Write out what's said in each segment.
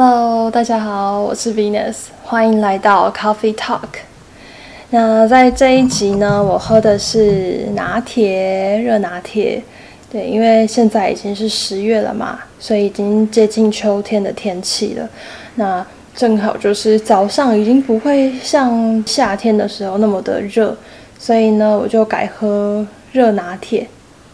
Hello， 大家好，我是 Venus， 欢迎来到 Coffee Talk。那在这一集呢，我喝的是热拿铁。对，因为现在已经是10月了嘛，所以已经接近秋天的天气了。那正好就是早上已经不会像夏天的时候那么的热，所以呢，我就改喝热拿铁。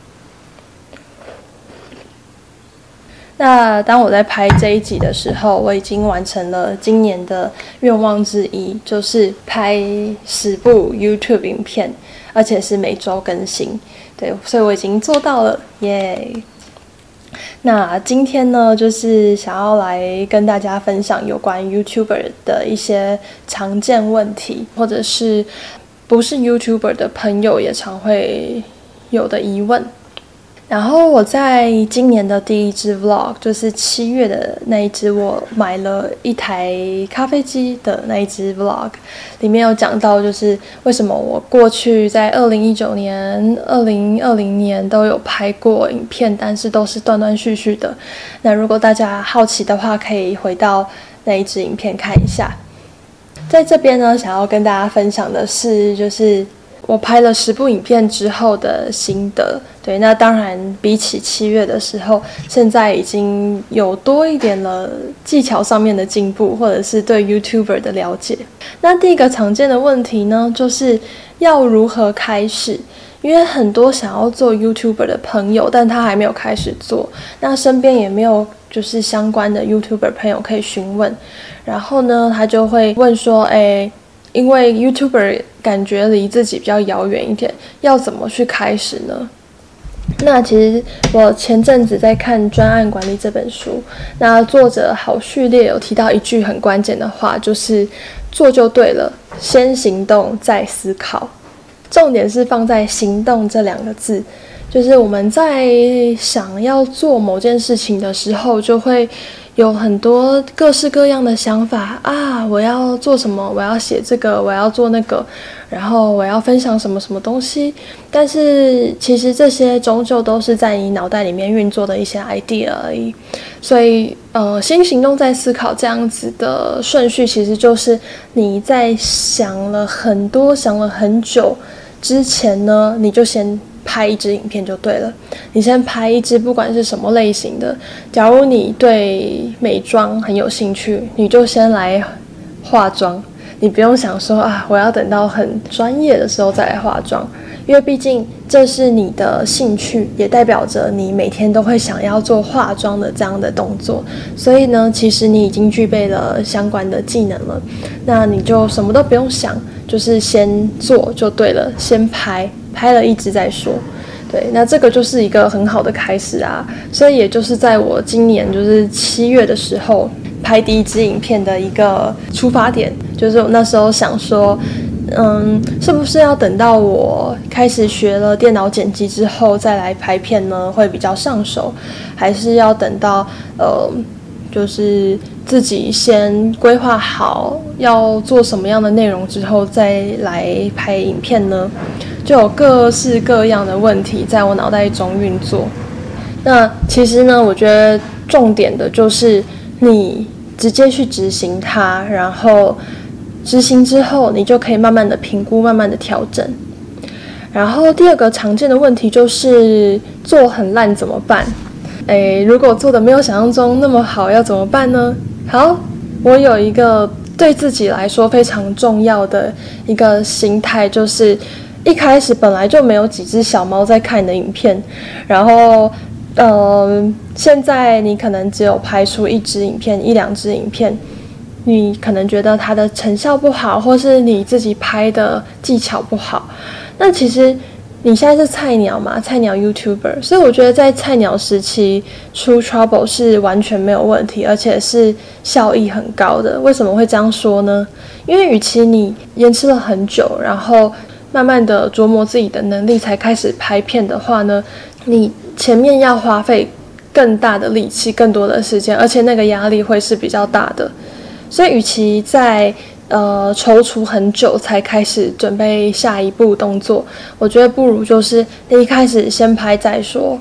那当我在拍这一集的时候，我已经完成了今年的愿望之一，就是拍10部 YouTube 影片，而且是每周更新。对，所以我已经做到了，耶！那今天呢，就是想要来跟大家分享有关 YouTuber 的一些常见问题，或者是不是 YouTuber 的朋友也常会有的疑问。然后我在今年的第一支 vlog， 就是7月的那一支，我买了一台咖啡机的那一支 vlog， 里面有讲到就是为什么我过去在2019年、2020年都有拍过影片，但是都是断断续续的。那如果大家好奇的话，可以回到那一支影片看一下。在这边呢，想要跟大家分享的是，就是我拍了10部影片之后的心得。对，那当然比起7月的时候，现在已经有多一点了技巧上面的进步，或者是对 YouTuber 的了解。那第一个常见的问题呢，就是要如何开始？因为很多想要做 YouTuber 的朋友，但他还没有开始做，那身边也没有就是相关的 YouTuber 朋友可以询问，然后呢，他就会问说，因为 YouTuber 感觉离自己比较遥远一点，要怎么去开始呢？那其实我前阵子在看《专案管理》这本书，那作者郝旭烈有提到一句很关键的话，就是做就对了，先行动再思考。重点是放在行动这2个字，就是我们在想要做某件事情的时候，就会有很多各式各样的想法啊，我要做什么，我要写这个，我要做那个，然后我要分享什么什么东西，但是其实这些终究都是在你脑袋里面运作的一些 idea 而已。所以先行动再思考这样子的顺序，其实就是你在想了很久之前呢，你就先拍一支影片就对了。你先拍一支不管是什么类型的，假如你对美妆很有兴趣，你就先来化妆，你不用想说我要等到很专业的时候再来化妆，因为毕竟这是你的兴趣，也代表着你每天都会想要做化妆的这样的动作，所以呢，其实你已经具备了相关的技能了，那你就什么都不用想，就是先做就对了，先拍了一支再说。对，那这个就是一个很好的开始啊，所以也就是在我今年就是7月的时候拍第一支影片的一个出发点，就是我那时候想说，是不是要等到我开始学了电脑剪辑之后再来拍片呢，会比较上手，还是要等到就是自己先规划好要做什么样的内容之后再来拍影片呢？就有各式各样的问题在我脑袋中运作。那其实呢，我觉得重点的就是你直接去执行它，然后执行之后你就可以慢慢的评估，慢慢的调整。然后第2个常见的问题就是做很烂怎么办？如果做的没有想象中那么好，要怎么办呢？好，我有一个对自己来说非常重要的一个心态，就是一开始本来就没有几只小猫在看你的影片，然后现在你可能只有拍出1支影片、1-2支影片，你可能觉得它的成效不好，或是你自己拍的技巧不好，那其实你现在是菜鸟嘛，菜鸟 YouTuber， 所以我觉得在菜鸟时期出 trouble 是完全没有问题，而且是效益很高的。为什么会这样说呢？因为与其你延迟了很久，然后慢慢的琢磨自己的能力才开始拍片的话呢，你前面要花费更大的力气、更多的时间，而且那个压力会是比较大的。所以与其在踌躇很久才开始准备下一步动作，我觉得不如就是一开始先拍再说。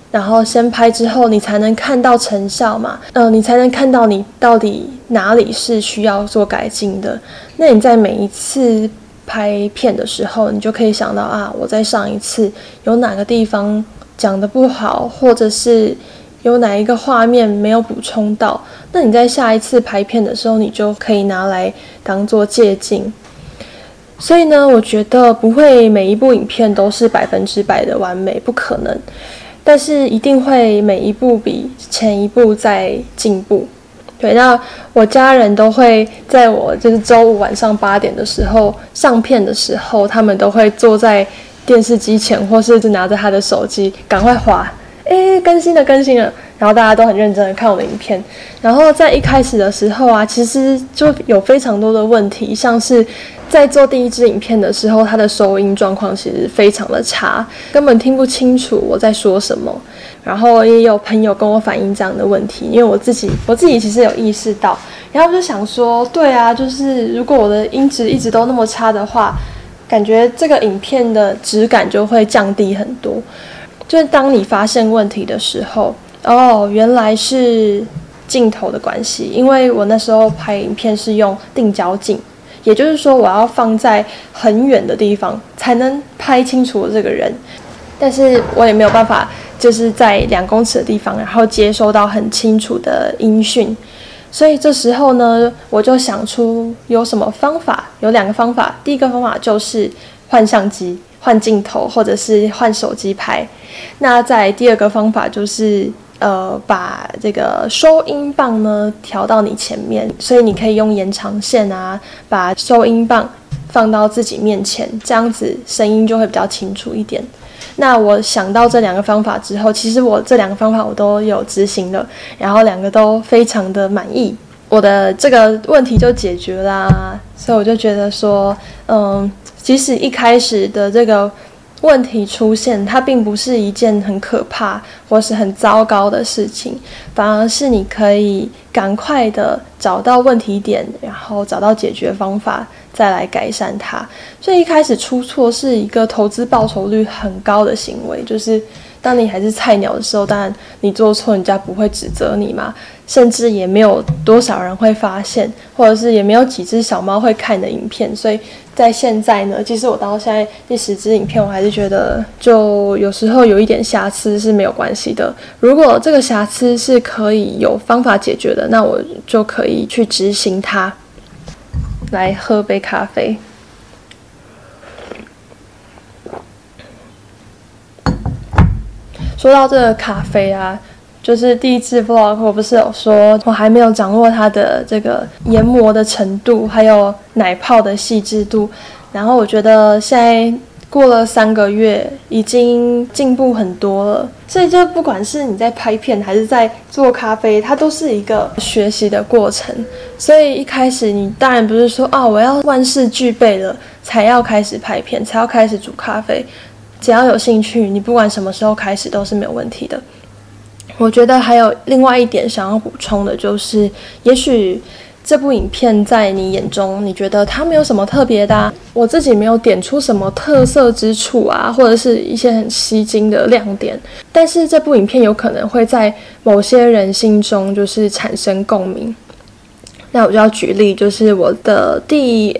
然后先拍之后，你才能看到成效嘛，你才能看到你到底哪里是需要做改进的。那你在每一次拍片的时候，你就可以想到啊，我在上一次有哪个地方讲得不好，或者是有哪一个画面没有补充到，那你在下一次拍片的时候，你就可以拿来当做借鉴。所以呢，我觉得不会每一部影片都是100%的完美，不可能。但是一定会每一步比前一步在进步。对，那我家人都会在我就是周五晚上8点的时候上片的时候，他们都会坐在电视机前，或是拿着他的手机赶快滑，更新了，然后大家都很认真的看我的影片。然后在一开始的时候啊，其实就有非常多的问题，像是在做第一支影片的时候，它的收音状况其实非常的差，根本听不清楚我在说什么。然后也有朋友跟我反映这样的问题，因为我自己其实有意识到，然后就想说，对啊，就是如果我的音质一直都那么差的话，感觉这个影片的质感就会降低很多。就是当你发现问题的时候，原来是镜头的关系，因为我那时候拍影片是用定焦镜。也就是说，我要放在很远的地方才能拍清楚我这个人，但是我也没有办法，就是在2公尺的地方，然后接收到很清楚的音讯。所以这时候呢，我就想出有什么方法，有2个方法。第一个方法就是换相机、换镜头，或者是换手机拍。那再第2个方法就是把这个收音棒呢调到你前面，所以你可以用延长线啊，把收音棒放到自己面前，这样子声音就会比较清楚一点。那我想到这2个方法之后，其实我这2个方法我都有执行了，然后2个都非常的满意，我的这个问题就解决啦。所以我就觉得说，即使一开始的这个问题出现，它并不是一件很可怕或是很糟糕的事情，反而是你可以赶快的找到问题点，然后找到解决方法，再来改善它。所以一开始出错是一个投资报酬率很高的行为，就是当你还是菜鸟的时候，当然你做错人家不会指责你嘛，甚至也没有多少人会发现，或者是也没有几只小猫会看你的影片。所以在现在呢，其实我到现在第10支影片，我还是觉得就有时候有一点瑕疵是没有关系的。如果这个瑕疵是可以有方法解决的，那我就可以去执行它。来喝杯咖啡。说到这个咖啡啊，就是第一支 vlog 我不是有说我还没有掌握它的这个研磨的程度，还有奶泡的细致度，然后我觉得现在过了3个月，已经进步很多了。所以就不管是你在拍片还是在做咖啡，它都是一个学习的过程。所以一开始你当然不是说我要万事俱备了才要开始拍片，才要开始煮咖啡。只要有兴趣，你不管什么时候开始都是没有问题的。我觉得还有另外一点想要补充的就是，也许这部影片在你眼中，你觉得它没有什么特别的啊，我自己没有点出什么特色之处啊，或者是一些很吸睛的亮点，但是这部影片有可能会在某些人心中就是产生共鸣。那我就要举例，就是我的第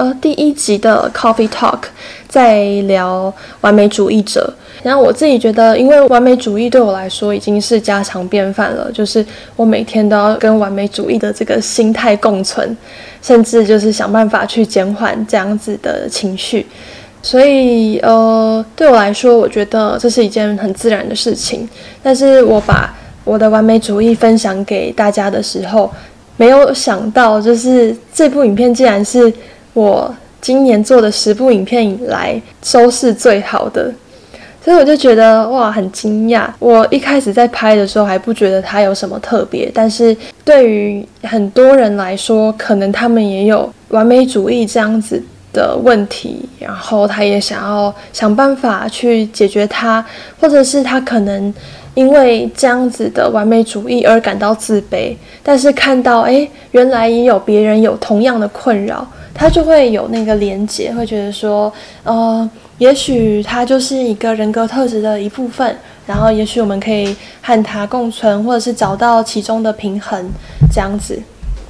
1集的 Coffee Talk 在聊完美主义者。然后我自己觉得，因为完美主义对我来说已经是家常便饭了，就是我每天都要跟完美主义的这个心态共存，甚至就是想办法去减缓这样子的情绪。所以对我来说，我觉得这是一件很自然的事情。但是我把我的完美主义分享给大家的时候，没有想到就是这部影片竟然是我今年做的10部影片以来收视最好的。所以我就觉得很惊讶。我一开始在拍的时候还不觉得它有什么特别，但是对于很多人来说，可能他们也有完美主义这样子的问题，然后他也想要想办法去解决它，或者是他可能因为这样子的完美主义而感到自卑，但是看到原来也有别人有同样的困扰，他就会有那个连结，会觉得说也许它就是一个人格特质的一部分， 然后也许我们可以和它共存，或者是找到其中的平衡，这样子。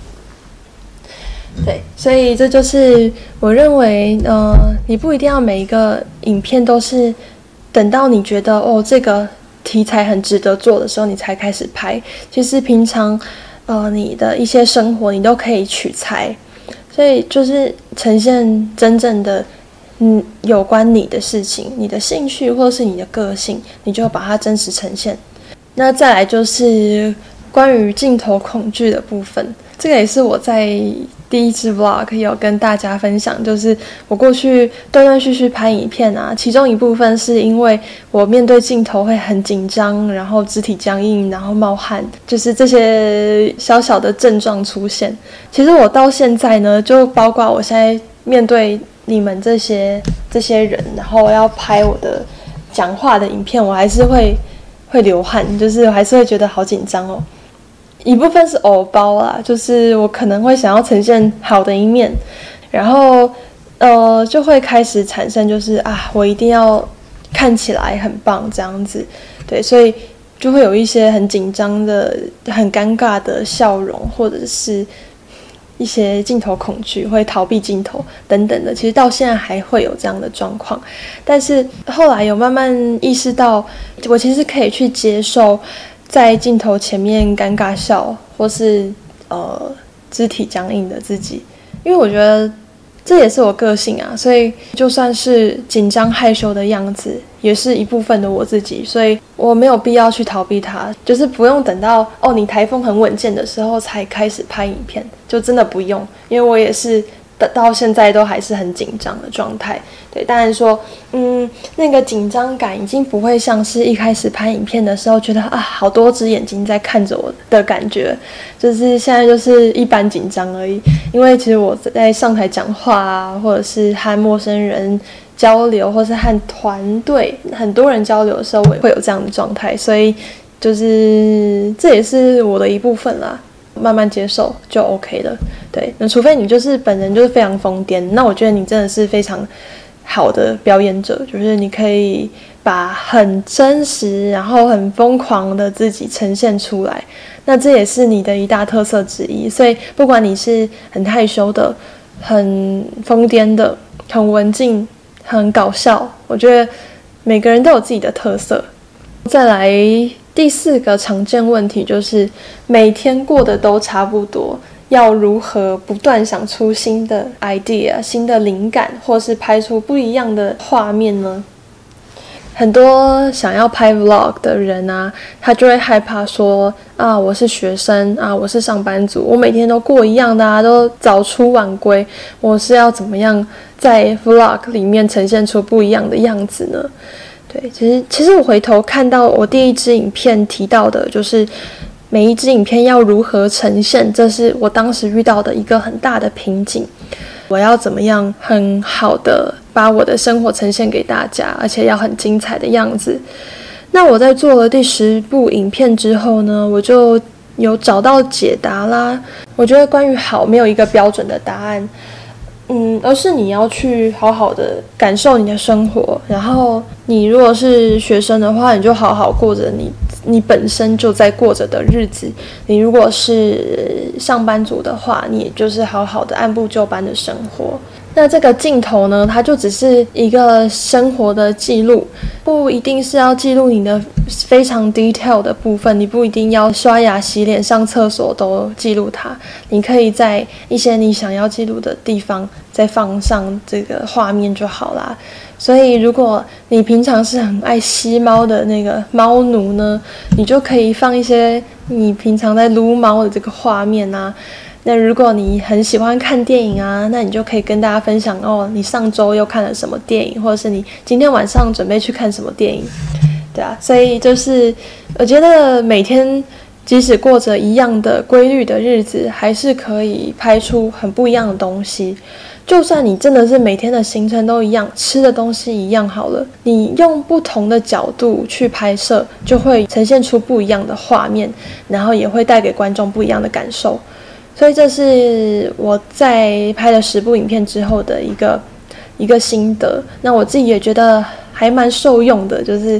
对，所以这就是我认为，你不一定要每一个影片都是等到你觉得这个题材很值得做的时候，你才开始拍。其实平常，你的一些生活你都可以取材，所以就是呈现真正的，有关你的事情、你的兴趣或是你的个性，你就把它真实呈现。那再来就是关于镜头恐惧的部分，这个也是我在第一支 vlog 有跟大家分享，就是我过去断断续续拍影片啊，其中一部分是因为我面对镜头会很紧张，然后肢体僵硬，然后冒汗，就是这些小小的症状出现。其实我到现在呢，就包括我现在面对你们这些人，然后要拍我的讲话的影片，我还是会流汗，就是我还是会觉得好紧张哦。一部分是偶包啦，就是我可能会想要呈现好的一面，然后就会开始产生就是我一定要看起来很棒这样子，对，所以就会有一些很紧张的、很尴尬的笑容，或者是一些镜头恐惧，会逃避镜头等等的。其实到现在还会有这样的状况，但是后来有慢慢意识到，我其实可以去接受在镜头前面尴尬笑，或是肢体僵硬的自己，因为我觉得这也是我个性啊，所以就算是紧张害羞的样子，也是一部分的我自己，所以我没有必要去逃避它，就是不用等到你台风很稳健的时候才开始拍影片，就真的不用，因为我也是到现在都还是很紧张的状态。对，当然说那个紧张感已经不会像是一开始拍影片的时候觉得好多只眼睛在看着我的感觉，就是现在就是一般紧张而已。因为其实我在上台讲话啊，或者是和陌生人交流，或是和团队很多人交流的时候，我也会有这样的状态，所以就是这也是我的一部分啦，慢慢接受就 OK 了。对，那除非你就是本人就是非常疯癫，那我觉得你真的是非常好的表演者，就是你可以把很真实然后很疯狂的自己呈现出来，那这也是你的一大特色之一。所以不管你是很害羞的、很疯癫的、很文静、很搞笑，我觉得每个人都有自己的特色。再来第4个常见问题就是每天过得都差不多，要如何不断想出新的 idea、新的灵感，或是拍出不一样的画面呢？很多想要拍 vlog 的人啊，他就会害怕说我是学生啊，我是上班族，我每天都过一样的啊，都早出晚归，我是要怎么样在 vlog 里面呈现出不一样的样子呢？对，其实我回头看到我第一支影片提到的，就是每一支影片要如何呈现，这是我当时遇到的一个很大的瓶颈。我要怎么样很好的把我的生活呈现给大家，而且要很精彩的样子。那我在做了第10部影片之后呢，我就有找到解答啦。我觉得关于好没有一个标准的答案，而是你要去好好的感受你的生活，然后你如果是学生的话，你就好好过着你本身就在过着的日子；你如果是上班族的话，你也就是好好的按部就班的生活。那这个镜头呢，它就只是一个生活的记录，不一定是要记录你的非常 detail 的部分，你不一定要刷牙洗脸上厕所都记录它，你可以在一些你想要记录的地方再放上这个画面就好啦。所以如果你平常是很爱吸猫的那个猫奴呢，你就可以放一些你平常在撸猫的这个画面啊。那如果你很喜欢看电影啊，那你就可以跟大家分享你上周又看了什么电影，或者是你今天晚上准备去看什么电影，对啊。所以就是我觉得每天即使过着一样的规律的日子，还是可以拍出很不一样的东西。就算你真的是每天的行程都一样，吃的东西一样好了，你用不同的角度去拍摄，就会呈现出不一样的画面，然后也会带给观众不一样的感受。所以这是我在拍了10部影片之后的一个心得。那我自己也觉得还蛮受用的，就是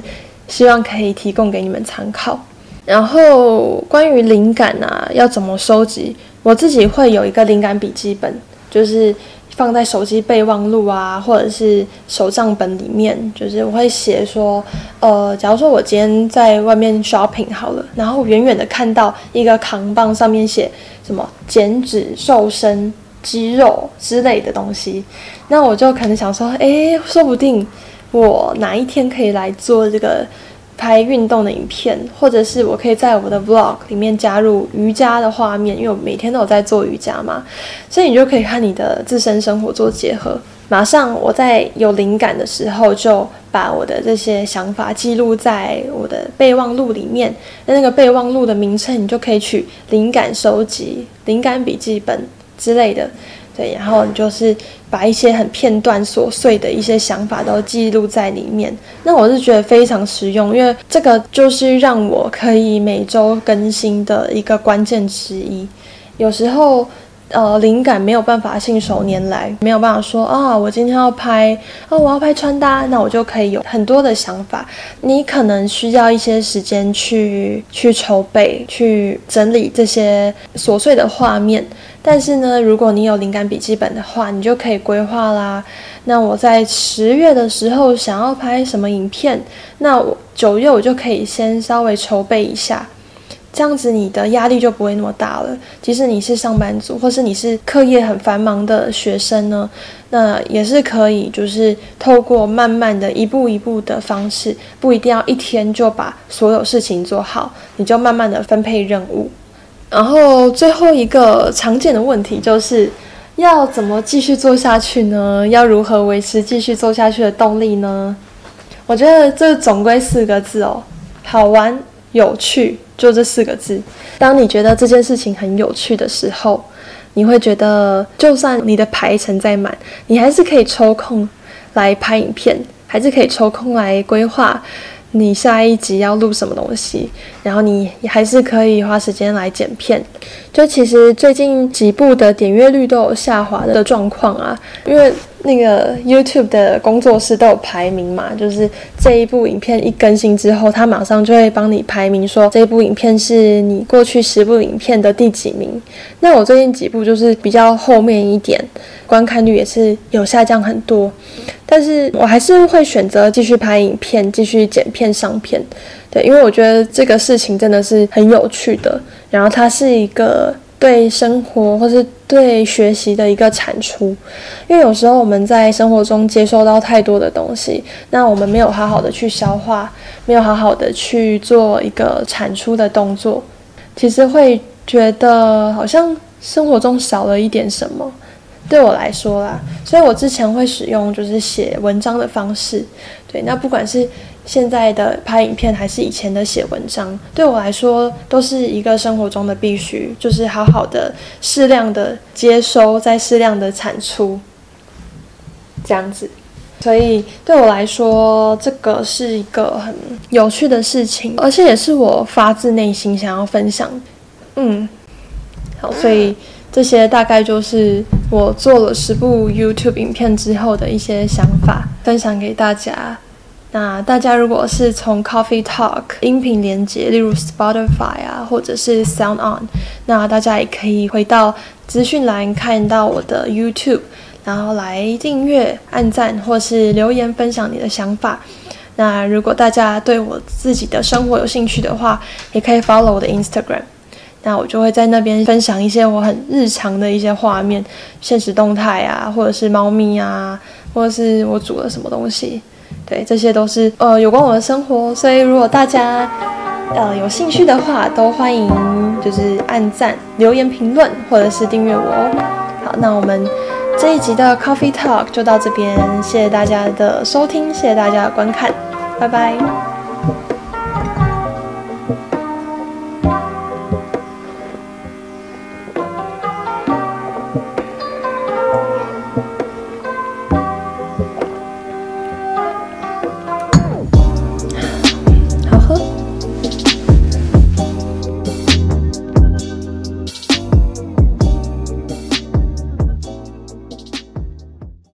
希望可以提供给你们参考。然后关于灵感啊，要怎么收集，我自己会有一个灵感笔记本，就是放在手机备忘录啊，或者是手账本里面，就是我会写说，假如说我今天在外面 shopping 好了，然后远远的看到一个扛棒上面写什么减脂、瘦身、肌肉之类的东西，那我就可能想说，说不定我哪一天可以来做这个拍运动的影片，或者是我可以在我的 vlog 里面加入瑜伽的画面，因为我每天都有在做瑜伽嘛，所以你就可以和你的自身生活做结合。马上我在有灵感的时候，就把我的这些想法记录在我的备忘录里面。那个备忘录的名称，你就可以取灵感收集、灵感笔记本之类的。对，然后你就是把一些很片段琐碎的一些想法都记录在里面。那我是觉得非常实用，因为这个就是让我可以每周更新的一个关键之一。有时候灵感没有办法信手拈来，没有办法说我今天要拍我要拍穿搭，那我就可以有很多的想法。你可能需要一些时间去筹备，去整理这些琐碎的画面。但是呢，如果你有灵感笔记本的话，你就可以规划啦。那我在10月的时候想要拍什么影片，那我9月我就可以先稍微筹备一下，这样子你的压力就不会那么大了。即使你是上班族，或是你是课业很繁忙的学生呢，那也是可以就是透过慢慢的一步一步的方式，不一定要一天就把所有事情做好，你就慢慢的分配任务。然后最后一个常见的问题就是要怎么继续做下去呢？要如何维持继续做下去的动力呢？我觉得这总归4个字好玩、有趣，就这4个字。当你觉得这件事情很有趣的时候，你会觉得就算你的排程再满，你还是可以抽空来拍影片，还是可以抽空来规划你下一集要录什么东西，然后你还是可以花时间来剪片。就其实最近几部的点阅率都有下滑的状况啊，因为那个 YouTube 的工作室都有排名嘛，就是这一部影片一更新之后，他马上就会帮你排名，说这一部影片是你过去10部影片的第几名。那我最近几部就是比较后面一点，观看率也是有下降很多，但是我还是会选择继续拍影片，继续剪片上片。对，因为我觉得这个事情真的是很有趣的，然后它是一个对生活或是对学习的一个产出。因为有时候我们在生活中接收到太多的东西，那我们没有好好的去消化，没有好好的去做一个产出的动作，其实会觉得好像生活中少了一点什么。对我来说啦，所以我之前会使用就是写文章的方式。对，那不管是现在的拍影片还是以前的写文章，对我来说都是一个生活中的必须，就是好好的适量的接收，再适量的产出，这样子。所以对我来说，这个是一个很有趣的事情，而且也是我发自内心想要分享。好，所以这些大概就是我做了10部 YouTube 影片之后的一些想法，分享给大家。那大家如果是从 Coffee Talk 音频连结，例如 Spotify 啊，或者是 Sound On， 那大家也可以回到资讯栏看到我的 YouTube， 然后来订阅、按赞或是留言分享你的想法。那如果大家对我自己的生活有兴趣的话，也可以 follow 我的 Instagram。那我就会在那边分享一些我很日常的一些画面、现实动态啊，或者是猫咪啊，或者是我煮了什么东西。对，这些都是有关我的生活，所以如果大家有兴趣的话，都欢迎就是按赞、留言、评论，或者是订阅我哦。好，那我们这一集的 Coffee Talk 就到这边，谢谢大家的收听，谢谢大家的观看，拜拜。